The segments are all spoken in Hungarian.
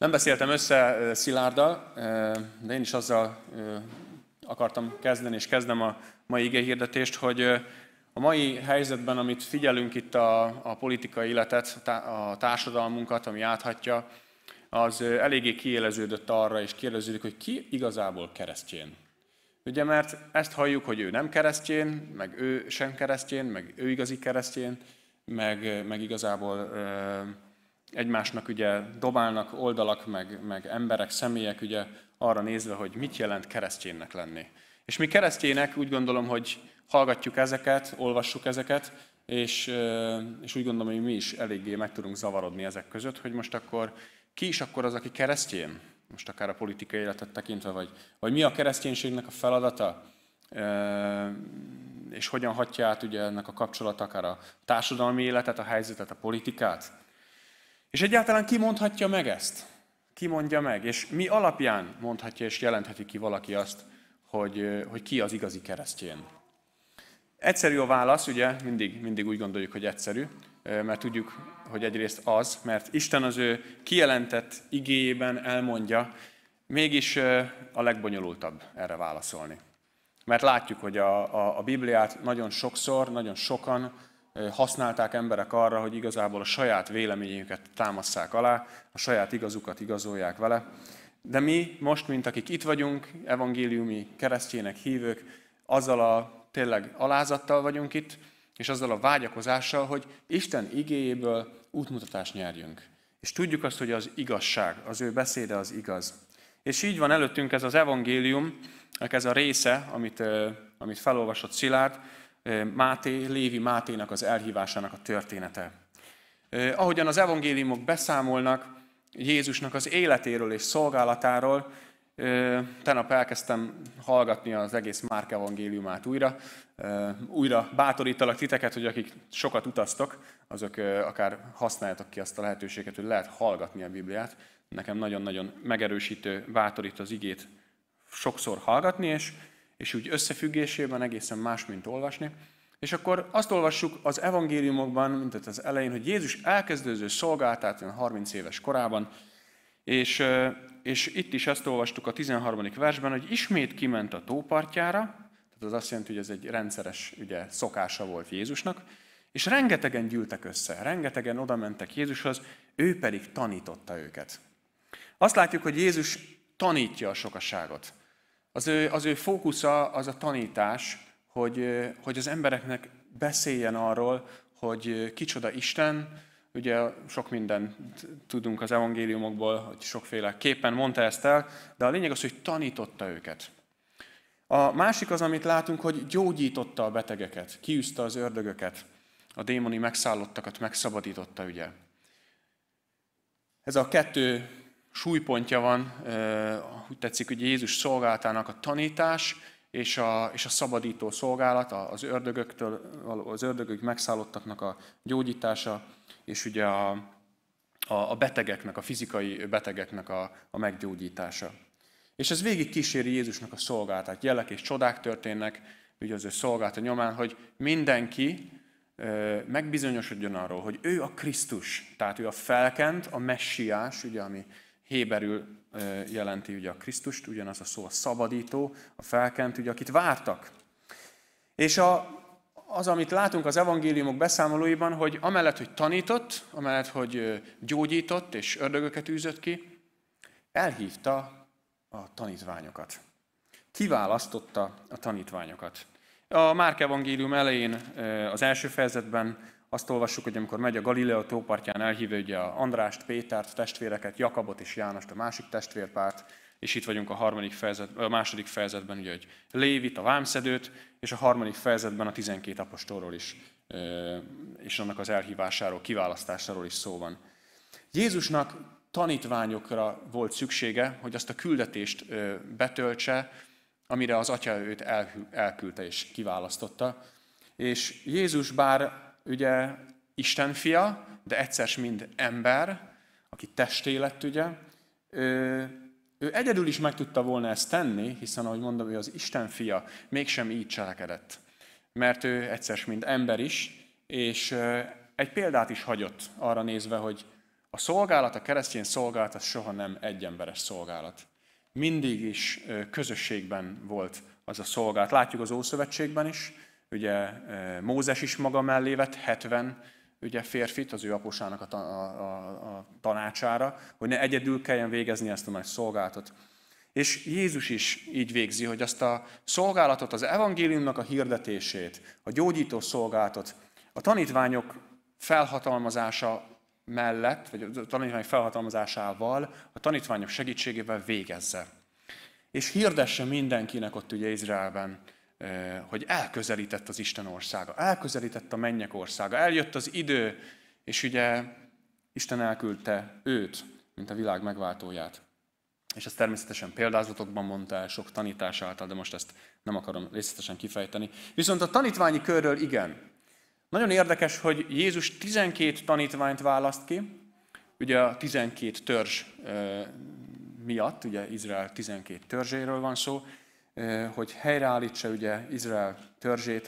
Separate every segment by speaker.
Speaker 1: Nem beszéltem össze Szilárddal, de én is azzal akartam kezdeni, és kezdem a mai igehirdetést, hogy a mai helyzetben, amit figyelünk itt a politikai életet, a társadalmunkat, ami áthatja, az eléggé kiéleződött arra, és kérdeződik, hogy ki igazából keresztény. Ugye, mert ezt halljuk, hogy ő nem keresztény, meg ő sem keresztény, meg ő igazi keresztény, meg igazából egymásnak ugye dobálnak oldalak, meg emberek, személyek ugye arra nézve, hogy mit jelent kereszténynek lenni. És mi keresztények úgy gondolom, hogy hallgatjuk ezeket, olvassuk ezeket, és úgy gondolom, hogy mi is eléggé meg tudunk zavarodni ezek között, hogy most akkor ki is akkor az, aki keresztény? Most akár a politikai életet tekintve, vagy mi a kereszténységnek a feladata, és hogyan hatja át ugye ennek a kapcsolat akár a társadalmi életet, a helyzetet, a politikát. És egyáltalán ki mondhatja meg ezt? Ki mondja meg? És mi alapján mondhatja és jelentheti ki valaki azt, hogy ki az igazi keresztény? Egyszerű a válasz, ugye, mindig úgy gondoljuk, hogy egyszerű, mert tudjuk, hogy egyrészt az, mert Isten az ő kijelentett igéjében elmondja, mégis a legbonyolultabb erre válaszolni. Mert látjuk, hogy a Bibliát nagyon sokszor, nagyon sokan használták emberek arra, hogy igazából a saját véleményüket támasszák alá, a saját igazukat igazolják vele. De mi most, mint akik itt vagyunk, evangéliumi keresztjének hívők, azzal a tényleg alázattal vagyunk itt, és azzal a vágyakozással, hogy Isten igéjéből útmutatást nyerjünk. És tudjuk azt, hogy az igazság, az ő beszéde az igaz. És így van előttünk ez az evangélium, ez a része, amit felolvasott Szilárd, Lévi Máténak az elhívásának a története. Ahogyan az evangéliumok beszámolnak Jézusnak az életéről és szolgálatáról, tegnap elkezdtem hallgatni az egész Márk evangéliumát újra bátorítalak titeket, hogy akik sokat utaztok, azok akár használjatok ki azt a lehetőséget, hogy lehet hallgatni a Bibliát. Nekem nagyon-nagyon megerősítő, bátorít az igét sokszor hallgatni, és úgy összefüggésében egészen más, mint olvasni. És akkor azt olvassuk az evangéliumokban, mint az elején, hogy Jézus elkezdődő szolgálatát 30 éves korában, és itt is ezt olvastuk a 13. versben, hogy ismét kiment a tópartjára, tehát az azt jelenti, hogy ez egy rendszeres szokása volt Jézusnak, és rengetegen gyűltek össze, rengetegen oda mentek Jézushoz, ő pedig tanította őket. Azt látjuk, hogy Jézus tanítja a sokaságot. Az ő fókusza az a tanítás, hogy az embereknek beszéljen arról, hogy kicsoda Isten. Ugye sok mindent tudunk az evangéliumokból, hogy sokféle képen mondta ezt el, de a lényeg az, hogy tanította őket. A másik az, amit látunk, hogy gyógyította a betegeket, kiűzte az ördögöket, a démoni megszállottakat megszabadította, ugye. Ez a kettő súlypontja van, úgy tetszik, hogy Jézus szolgálatának a tanítás és a szabadító szolgálat, az ördögök megszállottaknak a gyógyítása, és ugye a betegeknek, a fizikai betegeknek a meggyógyítása. És ez végig kíséri Jézusnak a szolgálatát. Jelek és csodák történnek, ugye az ő szolgálata nyomán, hogy mindenki megbizonyosodjon arról, hogy ő a Krisztus, tehát ő a felkent, a messiás, ugye, ami héberül jelenti ugye a Krisztust, ugyanaz a szó a szabadító, a felkent, ugye, akit vártak. És az, amit látunk az evangéliumok beszámolóiban, hogy amellett, hogy tanított, amellett, hogy gyógyított és ördögöket űzött ki, elhívta a tanítványokat. Kiválasztotta a tanítványokat. A Márk evangélium elején az első fejezetben azt olvassuk, hogy amikor megy a Galilea tópartján, elhívja ugye Andrást, Pétert, testvéreket, Jakabot és Jánost, a másik testvérpárt, és itt vagyunk a második fejezetben, ugye, hogy Lévit, a vámszedőt, és a harmadik fejezetben a 12 apostolról is, és annak az elhívásáról, kiválasztásáról is szó van. Jézusnak tanítványokra volt szüksége, hogy azt a küldetést betöltse, amire az Atya őt elküldte és kiválasztotta. És Jézus bár ugye Isten fia, de egyszer mind ember, aki testé lett, ugye, ő egyedül is meg tudta volna ezt tenni, hiszen ahogy mondom, ő az Isten fia, mégsem így cselekedett. Mert ő egyszer mind ember is, és egy példát is hagyott arra nézve, hogy A szolgálat, a keresztény szolgálat, az soha nem egyemberes szolgálat. Mindig is közösségben volt az a szolgálat. Látjuk az Ószövetségben is, ugye Mózes is maga mellé vett 70 ugye férfit az ő apusának a tanácsára, hogy ne egyedül kelljen végezni ezt a nagy szolgálatot. És Jézus is így végzi, hogy azt a szolgálatot, az evangéliumnak a hirdetését, a gyógyító szolgálatot, a tanítványok felhatalmazása mellett, vagy a tanítványok felhatalmazásával, a tanítványok segítségével végezze. És hirdesse mindenkinek ott ugye Izraelben, hogy elközelített az Isten országa, elközelített a mennyek országa, eljött az idő, és ugye Isten elküldte őt, mint a világ megváltóját. És ezt természetesen példázatokban mondta el, sok tanítás által, de most ezt nem akarom részletesen kifejteni. Viszont a tanítványi körről igen. Nagyon érdekes, hogy Jézus 12 tanítványt választ ki, ugye a 12 törzs miatt, ugye Izrael 12 törzséről van szó, hogy helyreállítsa ugye Izrael törzsét,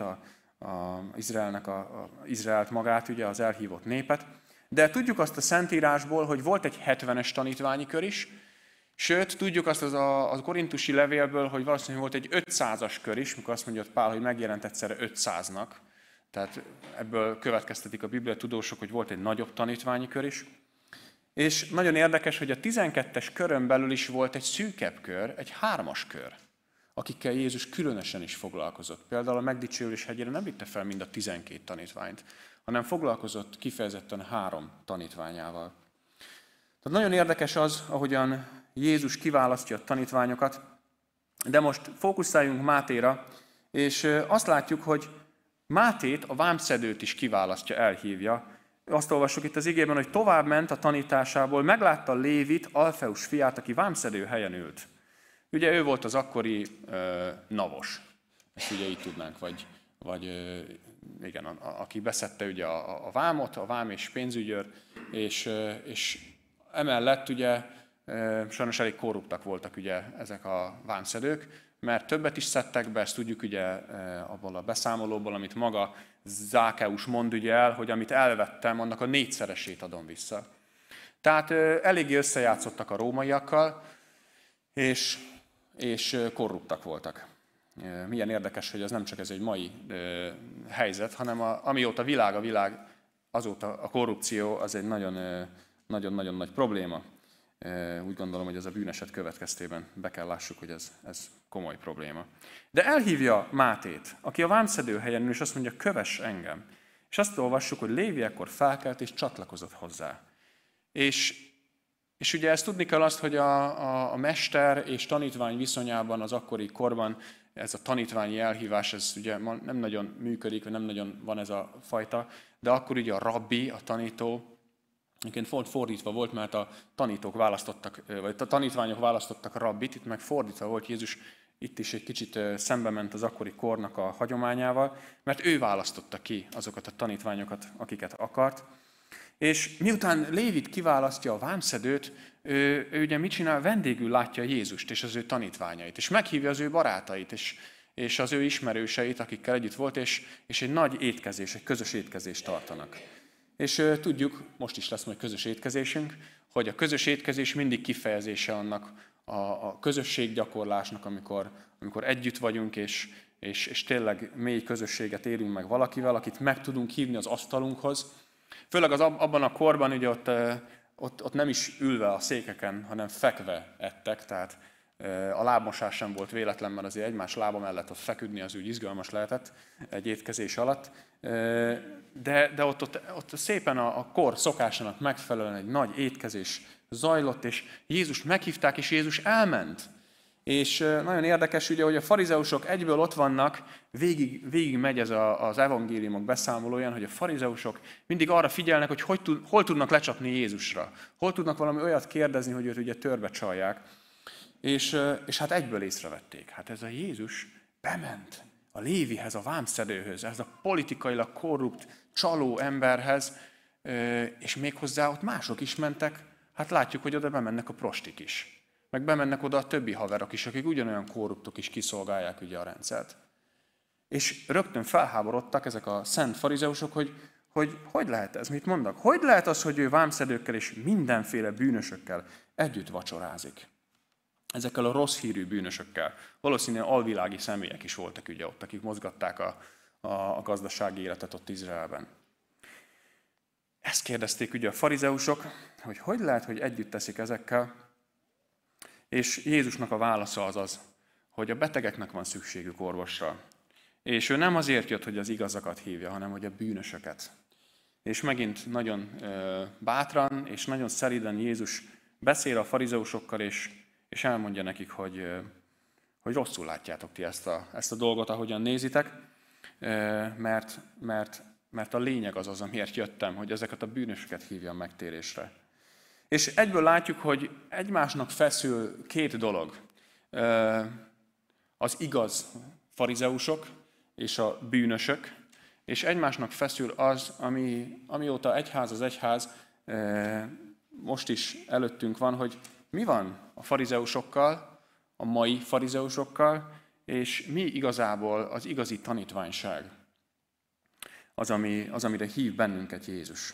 Speaker 1: Izraelt magát, ugye az elhívott népet. De tudjuk azt a Szentírásból, hogy volt egy 70-es tanítványi kör is, sőt, tudjuk azt a korintusi levélből, hogy valószínűleg volt egy 500-as kör is, mikor azt mondja Pál, hogy megjelent egyszerre 500-nak. Tehát ebből következtetik a Biblia tudósok, hogy volt egy nagyobb tanítványi kör is. És nagyon érdekes, hogy a 12-es körön belül is volt egy szűkebb kör, egy 3-as kör, akikkel Jézus különösen is foglalkozott. Például a Megdicsőülés hegyére nem vitte fel mind a 12 tanítványt, hanem foglalkozott kifejezetten 3 tanítványával. Tehát nagyon érdekes az, ahogyan Jézus kiválasztja a tanítványokat, de most fókuszáljunk Mátéra, és azt látjuk, hogy Mátét, a vámszedőt is kiválasztja, elhívja. Azt olvassuk itt az igében, hogy tovább ment a tanításából, meglátta Lévit, Alfeus fiát, aki vámszedő helyen ült. Ugye ő volt az akkori navos, ezt ugye így tudnánk, vagy igen, aki beszedte ugye a vámot, a vám és pénzügyőr, és emellett ugye sajnos elég korruptak voltak ugye ezek a vámszedők, mert többet is szedtek be, ezt tudjuk ugye abból a beszámolóból, amit maga Zákeus mond ugye el, hogy amit elvettem, annak a 4-szeresét adom vissza. Tehát eléggé összejátszottak a rómaiakkal, és korruptak voltak. Milyen érdekes, hogy ez nem csak ez egy mai helyzet, hanem amióta a világ, azóta a korrupció az egy nagyon-nagyon nagy probléma. Úgy gondolom, hogy ez a bűneset következtében be kell lássuk, hogy ez komoly probléma. De elhívja Mátét, aki a vámszedő helyen ül, és azt mondja, kövess engem. És azt olvassuk, hogy Lévi ekkor felkelt és csatlakozott hozzá. És ugye ezt tudni kell azt, hogy a mester és tanítvány viszonyában az akkori korban ez a tanítványi elhívás, ez ugye nem nagyon működik, vagy nem nagyon van ez a fajta, de akkor ugye a rabbi, a tanító, egyébként fordítva volt, mert a tanítók választottak, vagy a tanítványok választottak a rabbit, itt meg fordítva volt Jézus, itt is egy kicsit szembe ment az akkori kornak a hagyományával, mert ő választotta ki azokat a tanítványokat, akiket akart. És miután Lévit kiválasztja a vámszedőt, ő ugye mit csinál? Vendégül látja Jézust és az ő tanítványait, és meghívja az ő barátait, és az ő ismerőseit, akikkel együtt volt, és egy nagy étkezés, egy közös étkezést tartanak. És tudjuk, most is lesz majd közös étkezésünk, hogy a közös étkezés mindig kifejezése annak a közösséggyakorlásnak, amikor együtt vagyunk, és tényleg mély közösséget élünk meg valakivel, akit meg tudunk hívni az asztalunkhoz. Főleg abban a korban ugye ott nem is ülve a székeken, hanem fekve ettek, tehát a lábmosás sem volt véletlen, mert azért egymás lába mellett ott feküdni az úgy izgalmas lehetett egy étkezés alatt. De ott szépen a kor szokásának megfelelően egy nagy étkezés zajlott, és Jézust meghívták, és Jézus elment. És nagyon érdekes ugye, hogy a farizeusok egyből ott vannak, végig megy ez az evangéliumok beszámolóján, hogy a farizeusok mindig arra figyelnek, hogy hol tudnak lecsapni Jézusra, hol tudnak valami olyat kérdezni, hogy őt ugye törbe csalják. És hát egyből észrevették, hát ez a Jézus bement a Lévihez, a vámszedőhöz, ez a politikailag korrupt, csaló emberhez, és méghozzá ott mások is mentek, hát látjuk, hogy oda bemennek a prostik is. Meg bemennek oda a többi haverok is, akik ugyanolyan korruptok is kiszolgálják ugye a rendszert. És rögtön felháborodtak ezek a szent farizeusok, hogy lehet ez, mit mondnak? Hogy lehet az, hogy ő vámszedőkkel és mindenféle bűnösökkel együtt vacsorázik? Ezekkel a rossz hírű bűnösökkel. Valószínűleg alvilági személyek is voltak ugye ott, akik mozgatták a gazdasági életet ott Izraelben. Ezt kérdezték ugye a farizeusok, hogy lehet, hogy együtt teszik ezekkel, és Jézusnak a válasza az, hogy a betegeknek van szükségük orvosra. És ő nem azért jött, hogy az igazakat hívja, hanem hogy a bűnösöket. És megint nagyon bátran és nagyon szelíden Jézus beszél a farizeusokkal, és elmondja nekik, hogy rosszul látjátok ti ezt a dolgot, ahogyan nézitek, mert a lényeg az, amiért jöttem, hogy ezeket a bűnösöket hívjam megtérésre. És egyből látjuk, hogy egymásnak feszül két dolog. Az igaz farizeusok és a bűnösök, és egymásnak feszül az, amióta egyház az egyház, most is előttünk van, hogy mi van a farizeusokkal, a mai farizeusokkal, és mi igazából az igazi tanítványság, az, amire hív bennünket Jézus.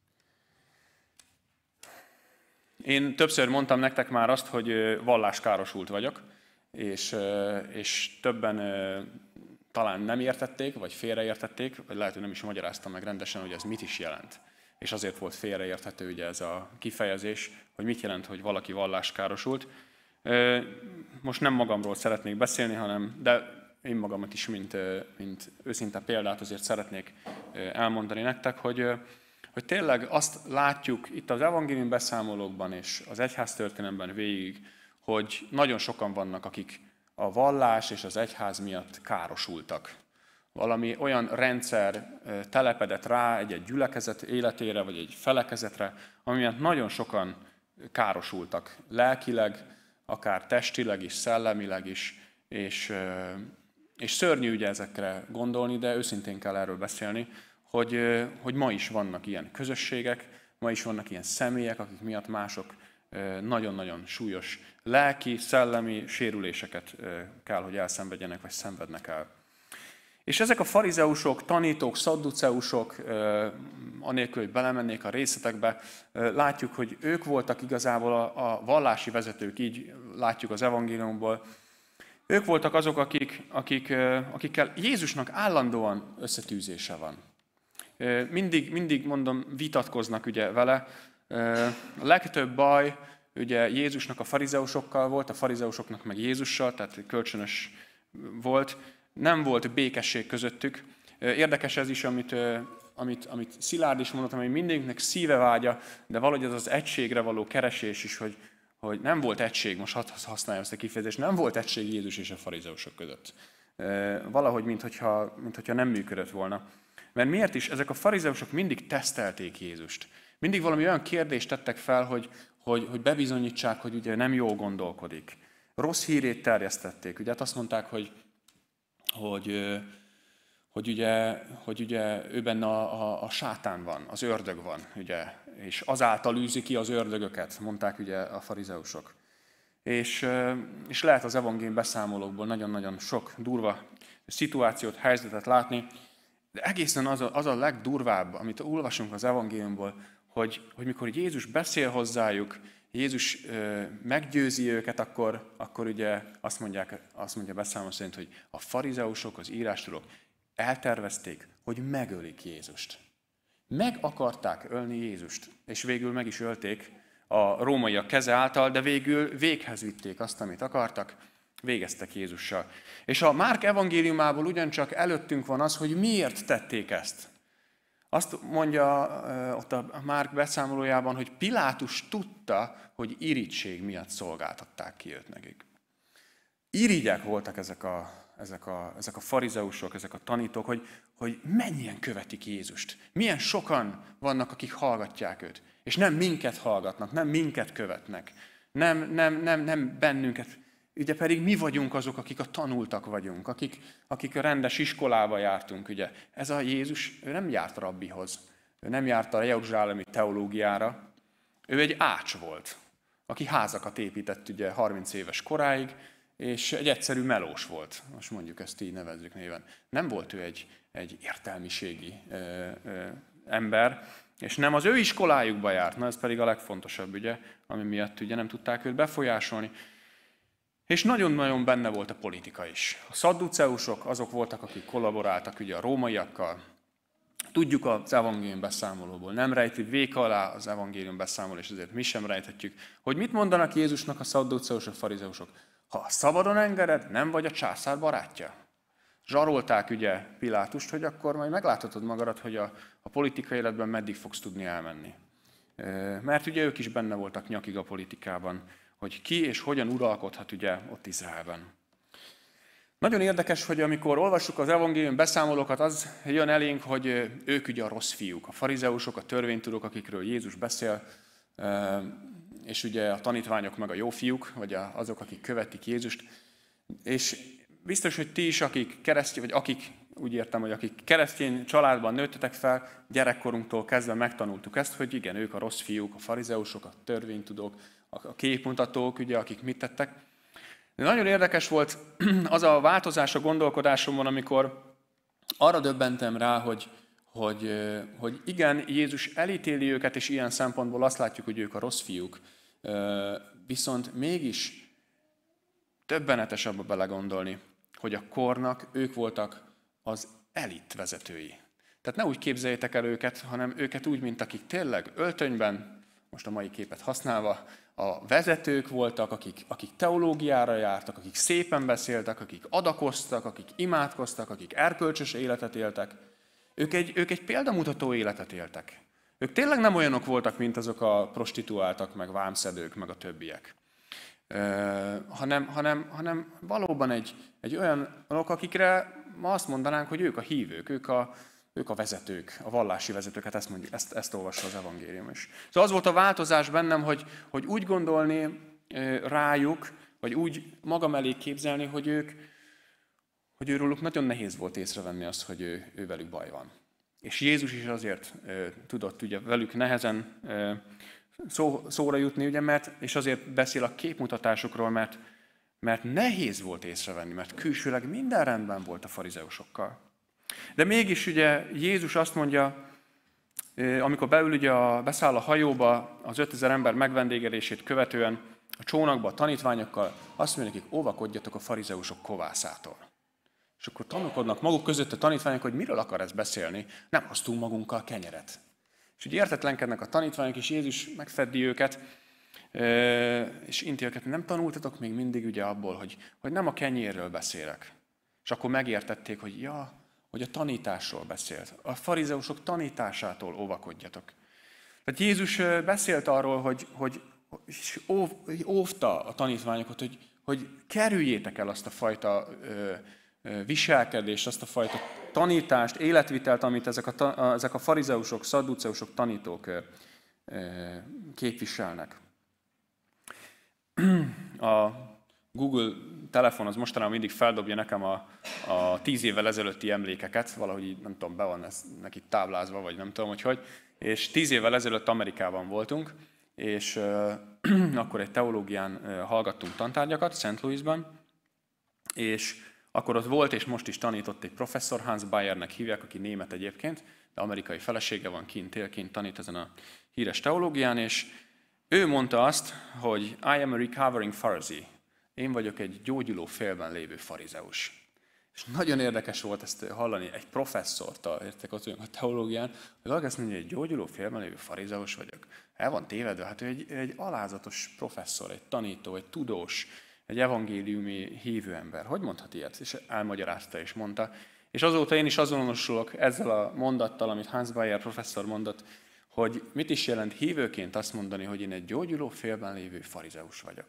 Speaker 1: Én többször mondtam nektek már azt, hogy valláskárosult vagyok, és többen talán nem értették, vagy félreértették, vagy lehet, hogy nem is magyaráztam meg rendesen, hogy ez mit is jelent. És azért volt félreérthető ugye ez a kifejezés, hogy mit jelent, hogy valaki valláskárosult. Most nem magamról szeretnék beszélni, de én magamat is, mint őszinte példát azért szeretnék elmondani nektek, hogy tényleg azt látjuk itt az evangélium beszámolókban és az egyháztörténelemben végig, hogy nagyon sokan vannak, akik a vallás és az egyház miatt károsultak. Valami olyan rendszer telepedett rá egy gyülekezet életére, vagy egy felekezetre, ami miatt nagyon sokan károsultak lelkileg, akár testileg is, szellemileg is, és szörnyű ugye ezekre gondolni, de őszintén kell erről beszélni, hogy ma is vannak ilyen közösségek, ma is vannak ilyen személyek, akik miatt mások nagyon-nagyon súlyos lelki, szellemi sérüléseket kell, hogy elszenvedjenek, vagy szenvednek el. És ezek a farizeusok, tanítók, szadduceusok, anélkül, hogy belemennék a részletekbe, látjuk, hogy ők voltak igazából a vallási vezetők, így látjuk az evangéliumból. Ők voltak azok, akikkel Jézusnak állandóan összetűzése van. Mindig mondom, vitatkoznak ugye vele. A legtöbb baj ugye Jézusnak a farizeusokkal volt, a farizeusoknak meg Jézussal, tehát kölcsönös volt. Nem volt békesség közöttük. Érdekes ez is, amit Szilárd is mondott, ami mindenkinek szíve vágya, de valahogy ez az egységre való keresés is, hogy nem volt egység, most hadd használjam ezt a kifejezést, nem volt egység Jézus és a farizeusok között. Valahogy, minthogyha nem működött volna. Mert miért is? Ezek a farizeusok mindig tesztelték Jézust. Mindig valami olyan kérdést tettek fel, hogy bebizonyítsák, hogy ugye nem jól gondolkodik. Rossz hírét terjesztették. Ugye hát azt mondták, hogy ugye ő benne a sátán van, az ördög van, ugye, és azáltal űzi ki az ördögöket, mondták ugye a farizeusok. És lehet az evangélium beszámolókból nagyon-nagyon sok durva szituációt, helyzetet látni, de egészen az a legdurvább, amit olvasunk az evangéliumból, hogy mikor Jézus beszél hozzájuk, Jézus meggyőzi őket, akkor ugye azt mondja beszámoló szerint, hogy a farizeusok, az írástudók eltervezték, hogy megölik Jézust. Meg akarták ölni Jézust, és végül meg is ölték a rómaiak keze által, de végül véghez vitték azt, amit akartak, végeztek Jézussal. És a Márk evangéliumából ugyancsak előttünk van az, hogy miért tették ezt. Azt mondja ott a Márk beszámolójában, hogy Pilátus tudta, hogy irigység miatt szolgáltatták ki őt nekik. Irigyek voltak ezek a farizeusok, ezek a tanítók, hogy mennyien követik Jézust. Milyen sokan vannak, akik hallgatják őt. És nem minket hallgatnak, nem minket követnek. Nem bennünket. Ugye pedig mi vagyunk azok, akik a tanultak vagyunk, akik a rendes iskolába jártunk. Ugye. Ez a Jézus, ő nem járt rabbihoz, ő nem járt a jeruzsálemi teológiára, ő egy ács volt, aki házakat épített ugye 30 éves koráig, és egy egyszerű melós volt, most mondjuk ezt így nevezzük néven. Nem volt ő egy értelmiségi ember, és nem az ő iskolájukba járt. Na, ez pedig a legfontosabb, ugye, ami miatt ugye nem tudták őt befolyásolni. És nagyon-nagyon benne volt a politika is. A szadduceusok azok voltak, akik kollaboráltak ugye a rómaiakkal. Tudjuk az evangélium beszámolóból, nem rejti véka alá az evangélium beszámoló, és ezért mi sem rejthetjük, hogy mit mondanak Jézusnak a szadduceusok, farizeusok. Ha szabadon engeded, nem vagy a császár barátja. Zsarolták ugye Pilátust, hogy akkor majd megláthatod magadat, hogy a politikai életben meddig fogsz tudni elmenni. Mert ugye ők is benne voltak nyakig a politikában, hogy ki és hogyan uralkodhat ugye ott Izraelben. Nagyon érdekes, hogy amikor olvassuk az evangélium beszámolókat, az jön elénk, hogy ők ugye a rossz fiúk, a farizeusok, a törvénytudók, akikről Jézus beszél, és ugye a tanítványok meg a jó fiúk, vagy azok, akik követik Jézust. És biztos, hogy ti is, akik keresztény, vagy akik, úgy értem, hogy akik keresztény családban nőttetek fel, gyerekkorunktól kezdve megtanultuk ezt, hogy igen, ők a rossz fiúk, a farizeusok, a törvénytudók, a képmutatók, ugye, akik mit tettek. De nagyon érdekes volt az a változás a gondolkodásomban, amikor arra döbbentem rá, hogy igen, Jézus elítéli őket, és ilyen szempontból azt látjuk, hogy ők a rossz fiúk. Viszont mégis döbbenetes abba belegondolni, hogy a kornak ők voltak az elit vezetői. Tehát ne úgy képzeljétek el őket, hanem őket úgy, mint akik tényleg öltönyben, most a mai képet használva, a vezetők voltak, akik teológiára jártak, akik szépen beszéltek, akik adakoztak, akik imádkoztak, akik erkölcsös életet éltek. Ők egy példamutató életet éltek. Ők tényleg nem olyanok voltak, mint azok a prostituáltak, meg vámszedők, meg a többiek. Hanem valóban egy olyanok, akikre ma azt mondanánk, hogy ők a hívők, ők a vezetők, a vallási vezetők, hát ezt mondjuk, ezt olvassa az evangélium is. Szóval az volt a változás bennem, hogy úgy gondolni rájuk, vagy úgy magam elé képzelni, hogy őróluk nagyon nehéz volt észrevenni azt, hogy ő velük baj van. És Jézus is azért tudott ugye velük nehezen szóra jutni, ugye, és azért beszél a képmutatásokról, mert nehéz volt észrevenni, mert külsőleg minden rendben volt a farizeusokkal. De mégis ugye Jézus azt mondja, amikor beszáll a hajóba az 5000 ember megvendégelését követően, a csónakba a tanítványokkal, azt mondja nekik, óvakodjatok a farizeusok kovászától. És akkor tanulkodnak maguk között a tanítványok, hogy miről akar ez beszélni, nem hoztunk magunkkal kenyeret. És ugye értetlenkednek a tanítványok, és Jézus megfeddi őket, és inti őket, nem tanultatok még mindig ugye abból, hogy nem a kenyérről beszélek. És akkor megértették, hogy hogy a tanításról beszélt. A farizeusok tanításától óvakodjatok. Tehát Jézus beszélt arról, hogy óvta a tanítványokat, hogy kerüljétek el azt a fajta viselkedést, azt a fajta tanítást, életvitelt, amit ezek a farizeusok, szadduceusok, tanítók képviselnek. A Google telefon az mostanában mindig feldobja nekem a 10 évvel ezelőtti emlékeket, valahogy így, nem tudom, be van ez neki táblázva, vagy nem tudom, hogy. És 10 évvel ezelőtt Amerikában voltunk, és akkor egy teológián hallgattunk tantárgyakat, St. Louisban, és akkor ott volt, és most is tanított egy professzor, Hans Bayernek hívják, aki német egyébként, de amerikai felesége van kint tanít ezen a híres teológián, és ő mondta azt, hogy I am a recovering Pharisee. Én vagyok egy gyógyuló félben lévő farizeus. És nagyon érdekes volt ezt hallani egy professzortól, értek ott a teológián, hogy valaki azt mondja, hogy egy gyógyuló félben lévő farizeus vagyok. El van tévedve, hát ő egy alázatos professzor, egy tanító, egy tudós, egy evangéliumi hívő ember. Hogy mondhat ilyet? És elmagyarázta és mondta. És azóta én is azonosulok ezzel a mondattal, amit Hans Bayer professzor mondott, hogy mit is jelent hívőként azt mondani, hogy én egy gyógyuló félben lévő farizeus vagyok.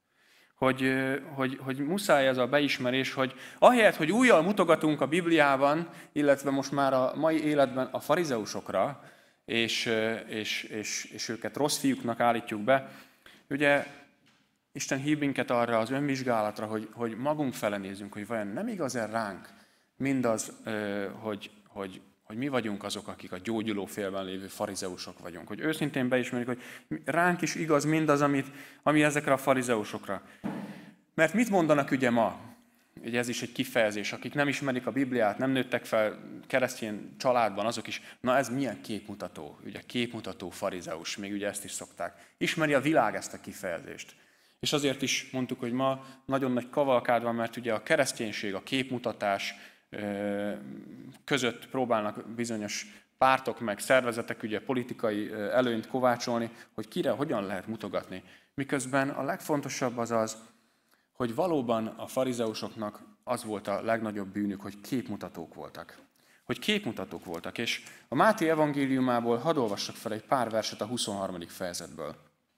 Speaker 1: Hogy muszáj ez a beismerés, hogy ahelyett, hogy újjal mutogatunk a Bibliában, illetve most már a mai életben a farizeusokra, és őket rossz fiúknak állítjuk be, ugye Isten hív minket arra az önvizsgálatra, hogy magunk fele nézzünk, hogy vajon nem igaz-e ránk mindaz, hogy mi vagyunk azok, akik a gyógyuló félben lévő farizeusok vagyunk. Hogy őszintén beismerjük, hogy ránk is igaz mindaz, ami ezekre a farizeusokra. Mert mit mondanak ugye ma? ugye ez is egy kifejezés, akik nem ismerik a Bibliát, nem nőttek fel keresztény családban, azok is, na ez milyen képmutató, ugye képmutató farizeus, még ugye ezt is szokták. Ismeri a világ ezt a kifejezést. És azért is mondtuk, hogy ma nagyon nagy kavalkád van, mert ugye a kereszténység, a képmutatás között próbálnak bizonyos pártok meg szervezetek ugye politikai előnyt kovácsolni, hogy kire, hogyan lehet mutogatni. Miközben a legfontosabb az, hogy valóban a farizeusoknak az volt a legnagyobb bűnük, hogy képmutatók voltak. Hogy képmutatók voltak. És a Máté evangéliumából hadd olvassak fel egy pár verset a 23. fejezetből.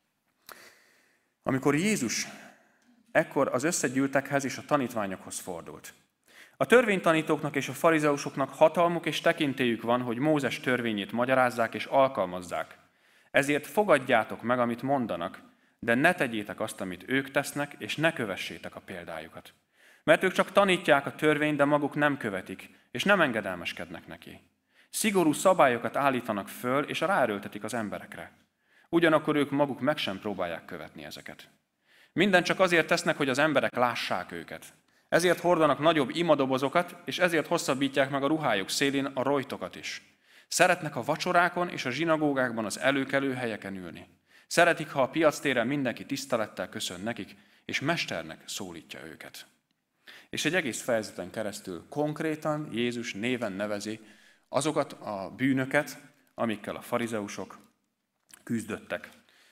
Speaker 1: Amikor Jézus ekkor az összegyűltekhez és a tanítványokhoz fordult. A törvénytanítóknak és a farizeusoknak hatalmuk és tekintélyük van, hogy Mózes törvényét magyarázzák és alkalmazzák. Ezért fogadjátok meg, amit mondanak, de ne tegyétek azt, amit ők tesznek, és ne kövessétek a példájukat. Mert ők csak tanítják a törvényt, de maguk nem követik, és nem engedelmeskednek neki. Szigorú szabályokat állítanak föl, és ráerőltetik az emberekre. Ugyanakkor ők maguk meg sem próbálják követni ezeket. Mindent csak azért tesznek, hogy az emberek lássák őket. Ezért hordanak nagyobb imadobozokat, és ezért hosszabbítják meg a ruhájuk szélén a rojtokat is. Szeretnek a vacsorákon és a zsinagógákban az előkelő helyeken ülni. Szeretik, ha a piactéren mindenki tisztelettel köszön nekik, és mesternek szólítja őket. És egy egész fejezeten keresztül konkrétan Jézus néven nevezi azokat a bűnöket, amikkel a farizeusok küzdöttek,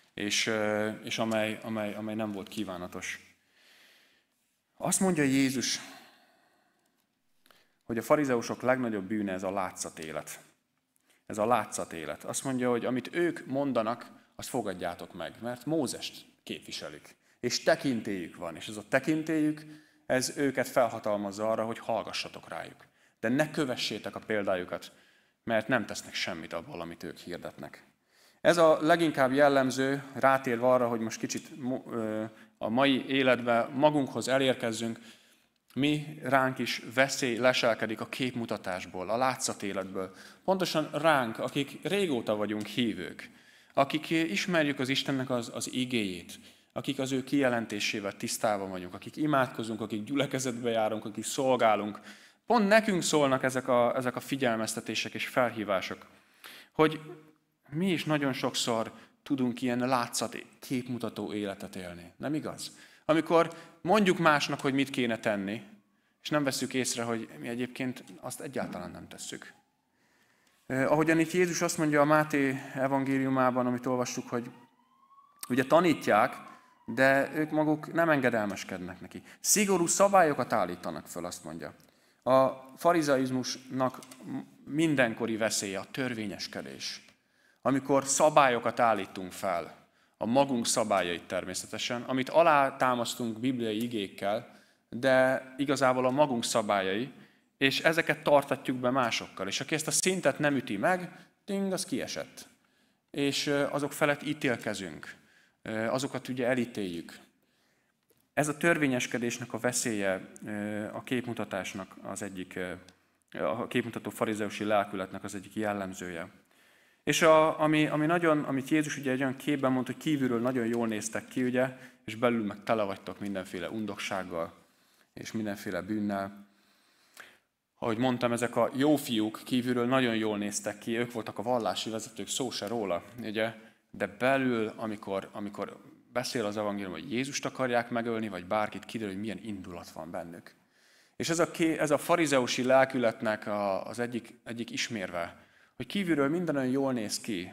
Speaker 1: és amely nem volt kívánatos. Azt mondja Jézus, hogy a farizeusok legnagyobb bűne ez a látszatélet. Ez a látszatélet. Azt mondja, hogy amit ők mondanak, azt fogadjátok meg, mert Mózest képviselik. És tekintélyük van, és ez a tekintélyük, ez őket felhatalmazza arra, hogy hallgassatok rájuk. De ne kövessétek a példájukat, mert nem tesznek semmit abból, amit ők hirdetnek. Ez a leginkább jellemző, rátérve arra, hogy most kicsit a mai életben magunkhoz elérkezzünk, mi ránk is veszély leselkedik a képmutatásból, a látszatéletből. Pontosan ránk, akik régóta vagyunk hívők, akik ismerjük az Istennek az igéjét, akik az ő kijelentésével tisztában vagyunk, akik imádkozunk, akik gyülekezetbe járunk, akik szolgálunk. Pont nekünk szólnak ezek a figyelmeztetések és felhívások, hogy mi is nagyon sokszor tudunk ilyen látszat képmutató életet élni. Nem igaz? Amikor mondjuk másnak, hogy mit kéne tenni, és nem vesszük észre, hogy mi egyébként azt egyáltalán nem tesszük. Ahogyan itt Jézus azt mondja a Máté evangéliumában, amit olvassuk, hogy ugye tanítják, de ők maguk nem engedelmeskednek neki. Szigorú szabályokat állítanak föl, azt mondja. A farizeizmusnak mindenkori veszélye a törvényeskedés. Amikor szabályokat állítunk fel, a magunk szabályait természetesen, amit alátámasztunk bibliai igékkel, de igazából a magunk szabályai, és ezeket tartatjuk be másokkal. És aki ezt a szintet nem üti meg, az kiesett. És azok felett ítélkezünk, azokat ugye elítéljük. Ez a törvényeskedésnek a veszélye, a képmutatásnak az egyik, a képmutató farizeusi lelkületnek az egyik jellemzője. És amit Jézus ugye egy olyan képben mondta, hogy kívülről nagyon jól néztek ki, ugye, és belül meg tele vagytok mindenféle undoksággal, és mindenféle bűnnel. Ahogy mondtam, ezek a jó fiúk kívülről nagyon jól néztek ki, ők voltak a vallási vezetők, szó se róla, ugye? De belül, amikor beszél az evangélium, hogy Jézust akarják megölni, vagy bárkit, kiderül, hogy milyen indulat van bennük. És ez a farizeusi lelkületnek az egyik ismérve, hogy kívülről minden olyan jól néz ki.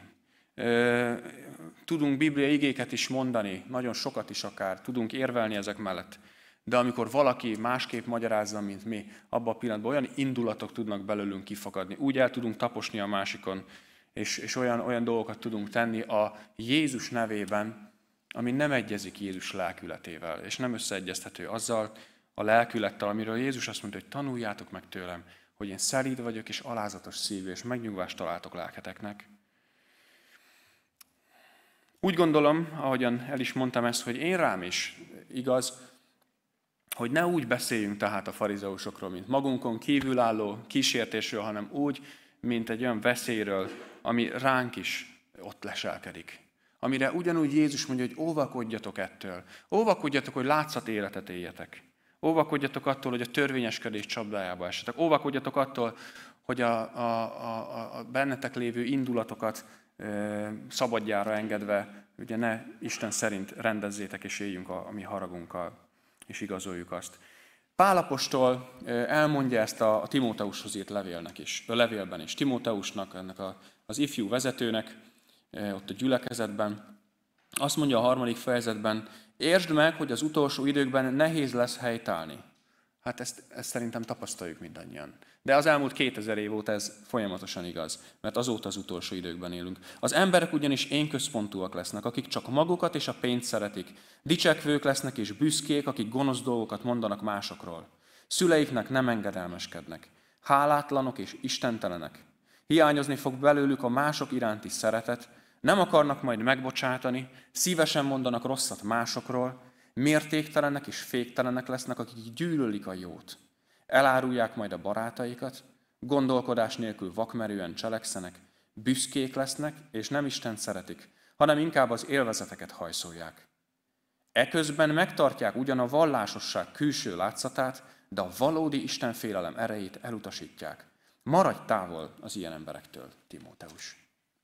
Speaker 1: Tudunk bibliai igéket is mondani, nagyon sokat is akár, tudunk érvelni ezek mellett. De amikor valaki másképp magyarázza, mint mi, abban a pillanatban olyan indulatok tudnak belőlünk kifakadni. Úgy el tudunk taposni a másikon, és olyan dolgokat tudunk tenni a Jézus nevében, ami nem egyezik Jézus lelkületével, és nem összeegyeztető azzal a lelkülettel, amiről Jézus azt mondta, hogy tanuljátok meg tőlem, hogy én szelíd vagyok, és alázatos szívű, és megnyugvást találtok lelketeknek. Úgy gondolom, ahogyan el is mondtam ezt, hogy én rám is igaz, hogy ne úgy beszéljünk tehát a farizeusokról, mint magunkon kívülálló kísértésről, hanem úgy, mint egy olyan veszélyről, ami ránk is ott leselkedik. Amire ugyanúgy Jézus mondja, hogy óvakodjatok ettől. Óvakodjatok, hogy látszat életet éljetek. Óvakodjatok attól, hogy a törvényeskedés csapdájába esetek. Óvakodjatok attól, hogy a bennetek lévő indulatokat szabadjára engedve, ugye ne Isten szerint rendezzétek és éljünk a mi haragunkkal, és igazoljuk azt. Pál apostol elmondja ezt a Timóteushoz írt levélben is. Timóteusnak, ennek az ifjú vezetőnek, ott a gyülekezetben. Azt mondja a 3. fejezetben, értsd meg, hogy az utolsó időkben nehéz lesz helytállni. Hát ezt szerintem tapasztaljuk mindannyian. De az elmúlt 2000 év óta ez folyamatosan igaz, mert azóta az utolsó időkben élünk. Az emberek ugyanis énközpontúak lesznek, akik csak magukat és a pénzt szeretik. Dicsekvők lesznek és büszkék, akik gonosz dolgokat mondanak másokról. Szüleiknek nem engedelmeskednek. Hálátlanok és istentelenek. Hiányozni fog belőlük a mások iránti szeretet, nem akarnak majd megbocsátani, szívesen mondanak rosszat másokról, mértéktelenek és féktelenek lesznek, akik gyűlölik a jót. Elárulják majd a barátaikat, gondolkodás nélkül vakmerően cselekszenek, büszkék lesznek, és nem Istent szeretik, hanem inkább az élvezeteket hajszolják. Eközben megtartják ugyan a vallásosság külső látszatát, de a valódi Istenfélelem erejét elutasítják. Maradj távol az ilyen emberektől, Timóteus.